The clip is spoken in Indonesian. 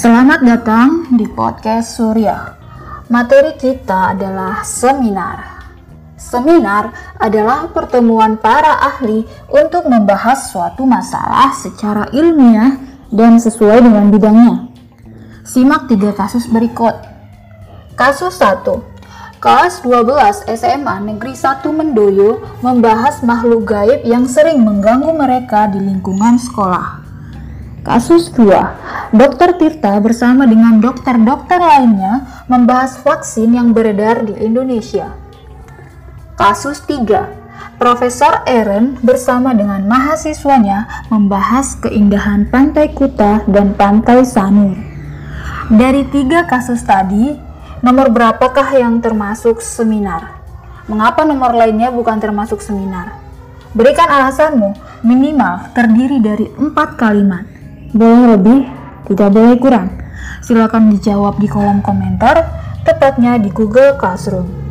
Selamat datang di podcast Surya. Materi kita adalah seminar. Seminar adalah pertemuan para ahli untuk membahas suatu masalah secara ilmiah dan sesuai dengan bidangnya. Simak 3 kasus berikut. Kasus 1. Kelas 12 SMA Negeri 1 Mendoyo membahas makhluk gaib yang sering mengganggu mereka di lingkungan sekolah. Kasus 2. Dr. Tirta bersama dengan dokter-dokter lainnya membahas vaksin yang beredar di Indonesia. Kasus 3. Profesor Eren bersama dengan mahasiswanya membahas keindahan Pantai Kuta dan Pantai Sanur. Dari 3 kasus tadi, nomor berapakah yang termasuk seminar? Mengapa nomor lainnya bukan termasuk seminar? Berikan alasanmu, minimal terdiri dari 4 kalimat. Boleh lebih, tidak boleh kurang. Silakan dijawab di kolom komentar, tepatnya di Google Classroom.